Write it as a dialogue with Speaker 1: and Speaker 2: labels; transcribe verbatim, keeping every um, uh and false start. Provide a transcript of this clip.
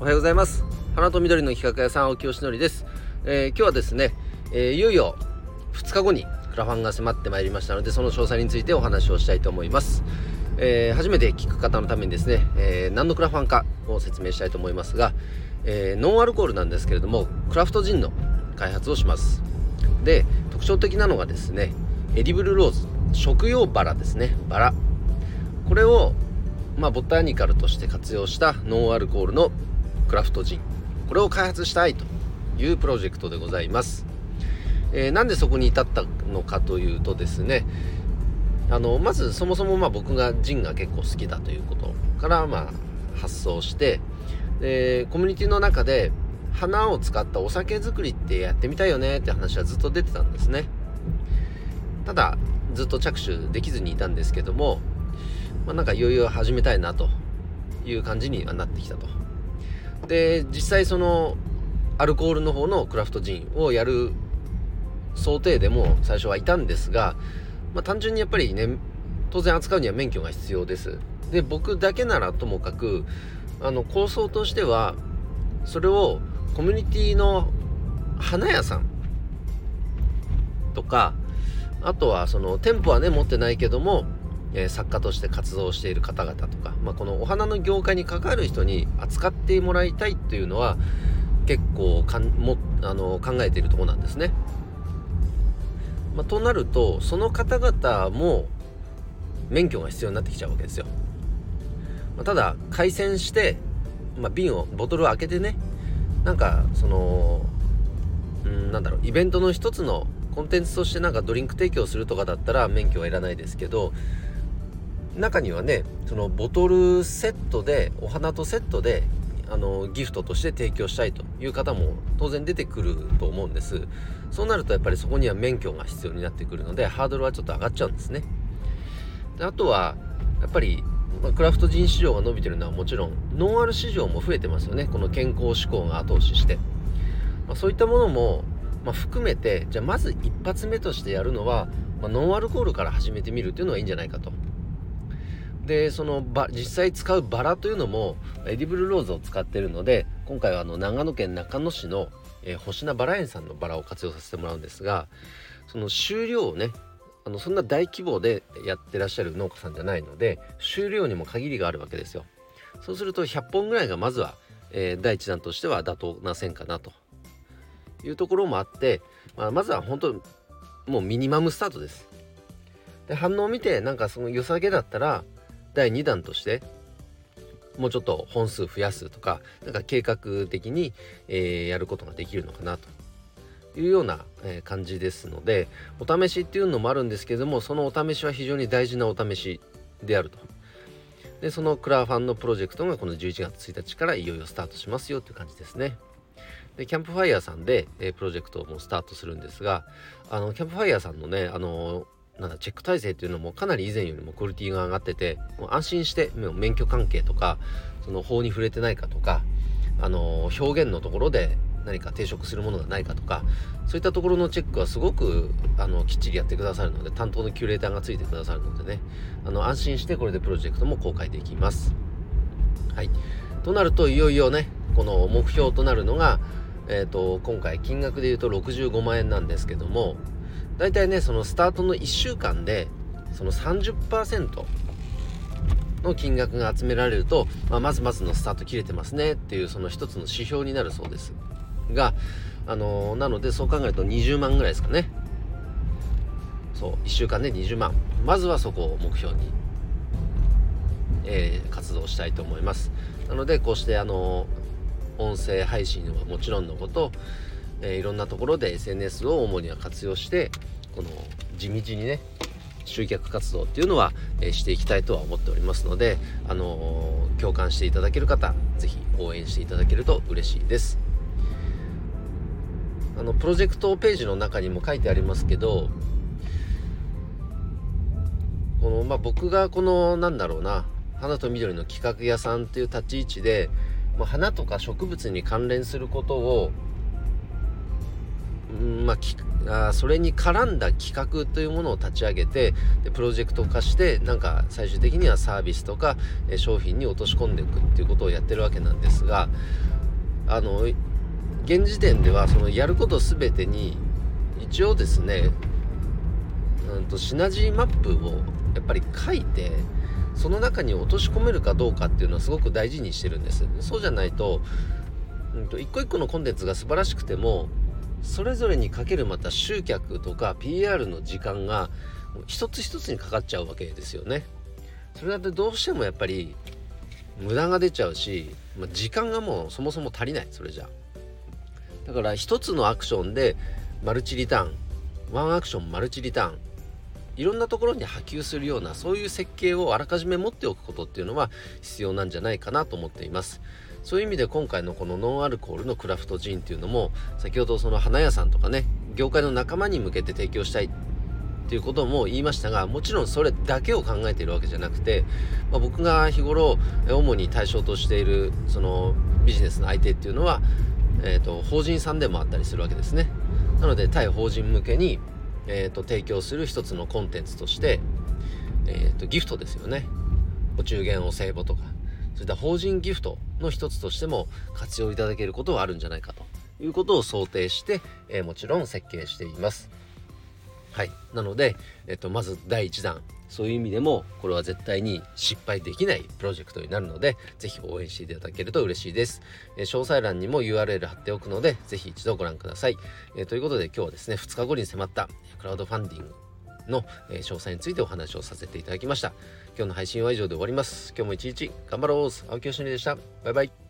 Speaker 1: はようございます。花と緑の企画屋さん、青木よしのりです。えー、今日はですね、えー、いよいよふつかごにクラファンが迫ってまいりましたので、その詳細についてお話をしたいと思います。えー、初めて聞く方のためにですね、えー、何のクラファンかを説明したいと思いますが、えー、ノンアルコールなんですけれども、クラフトジンの開発をします。で、特徴的なのがですね、エディブルローズ、食用バラですね。バラ、これをまあ、ボタニカルとして活用したノンアルコールのクラフトジン、これを開発したいというプロジェクトでございます。えー、なんでそこに至ったのかというとですね、あのまずそもそもまあ僕がジンが結構好きだということからまあ発想して、でコミュニティの中で花を使ったお酒作りってやってみたいよねって話はずっと出てたんですね。ただずっと着手できずにいたんですけども、まあ、なんかいよいよ始めたいなという感じにはなってきたと。で、実際そのアルコールの方のクラフトジンをやる想定でも最初はいたんですが、まあ、単純にやっぱりね、当然扱うには免許が必要です。で、僕だけならともかく、あの構想としてはそれをコミュニティの花屋さんとか、あとはその店舗はね持ってないけどもえー、作家として活動している方々とか、まあ、このお花の業界に関わる人に扱ってもらいたいっていうのは結構かんもあの考えているところなんですね。まあ、となるとその方々も免許が必要になってきちゃうわけですよ。まあ、ただ開栓して、まあ、瓶をボトルを開けてね、なんかそのうんなんだろうイベントの一つのコンテンツとしてなんかドリンク提供するとかだったら免許はいらないですけど、中にはね、そのボトルセットでお花とセットであのギフトとして提供したいという方も当然出てくると思うんです。そうなるとやっぱりそこには免許が必要になってくるので、ハードルはちょっと上がっちゃうんですね。で、あとはやっぱり、まあ、クラフトジン市場が伸びてるのはもちろんノンアル市場も増えてますよね。この健康志向が後押しして、まあ、そういったものも、まあ、含めて、じゃあまず一発目としてやるのは、まあ、ノンアルコールから始めてみるっていうのがいいんじゃないかと。で、そのバ実際使うバラというのもエディブルローズを使っているので、今回はあの長野県中野市の、えー、星名バラ園さんのバラを活用させてもらうんですが、その収量をね、あのそんな大規模でやってらっしゃる農家さんじゃないので、収量にも限りがあるわけですよ。そうするとひゃっぽんぐらいがまずは、えー、第一弾としては妥当な線かなというところもあって、まあ、まずは本当もうミニマムスタートです。で、反応を見てなんかその良さげだったらだいにだんとしてもうちょっと本数増やすとか、なんか計画的に、えー、やることができるのかなというような、えー、感じですので、お試しっていうのもあるんですけども、そのお試しは非常に大事なお試しであると。で、そのクラファンのプロジェクトがこのじゅういちがつついたちからいよいよスタートしますよという感じですね。で、キャンプファイヤーさんで、えー、プロジェクトもスタートするんですが、あのキャンプファイヤーさんのね、あのーなんだチェック体制っていうのもかなり以前よりもクオリティが上がってて、もう安心して免許関係とかその法に触れてないかとか、あのー、表現のところで何か抵触するものがないかとか、そういったところのチェックはすごくあのきっちりやってくださるので、担当のキュレーターがついてくださるのでね、あの安心してこれでプロジェクトも公開できます。はい。となるといよいよね、この目標となるのが、えーと、今回金額でいうとろくじゅうごまんえんなんですけども、だいたいね、そのスタートのいっしゅうかんでその さんじゅっパーセント の金額が集められると、まあ、まずまずのスタート切れてますねっていうその一つの指標になるそうですが、あのー、なのでそう考えるとにじゅうまんぐらいですかね。そう、いっしゅうかんでにじゅうまん、まずはそこを目標に、えー、活動したいと思います。なのでこうしてあのー、音声配信はもちろんのこと、えー、いろんなところで エスエヌエス を主には活用して、この地道にね集客活動っていうのは、えー、していきたいとは思っておりますので、あのー、共感していただける方、ぜひ応援していただけると嬉しいです。あのプロジェクトページの中にも書いてありますけど、この、まあ、僕がこのなんだろうな花と緑の企画屋さんっていう立ち位置で、まあ、花とか植物に関連することをまあ、きあそれに絡んだ企画というものを立ち上げて、でプロジェクト化して、なんか最終的にはサービスとかえ商品に落とし込んでいくっていうことをやってるわけなんですが、 あの現時点ではそのやることすべてに一応ですね、うんとシナジーマップをやっぱり書いて、その中に落とし込めるかどうかっていうのはすごく大事にしてるんです。そうじゃないと、うんと一個一個のコンテンツが素晴らしくても、それぞれにかけるまた集客とか ピーアール の時間が一つ一つにかかっちゃうわけですよね。それだってどうしてもやっぱり無駄が出ちゃうし、まあ、時間がもうそもそも足りない。それじゃだから一つのアクションでマルチリターン、ワンアクションマルチリターン、いろんなところに波及するような、そういう設計をあらかじめ持っておくことっていうのは必要なんじゃないかなと思っています。そういう意味で今回のこのノンアルコールのクラフトジンっていうのも、先ほどその花屋さんとかね、業界の仲間に向けて提供したいっていうことも言いましたが、もちろんそれだけを考えているわけじゃなくて、まあ、僕が日頃主に対象としているそのビジネスの相手っていうのは、えーと、法人さんでもあったりするわけですね。なので対法人向けに、えーと、提供する一つのコンテンツとして、えーと、ギフトですよね。お中元お歳暮とか、そういった法人ギフトの一つとしても活用いただけることはあるんじゃないかということを想定して、えー、もちろん設計しています。はい、なので、えっと、まずだいいちだん、そういう意味でもこれは絶対に失敗できないプロジェクトになるので、ぜひ応援していただけると嬉しいです。えー、詳細欄にも ユーアールエル 貼っておくので、ぜひ一度ご覧ください。えー、ということで今日はですね、ふつかごに迫ったクラウドファンディングの詳細についてお話をさせていただきました。今日の配信は以上で終わります。今日も一日頑張ろう。青木よしのりでした。バイバイ。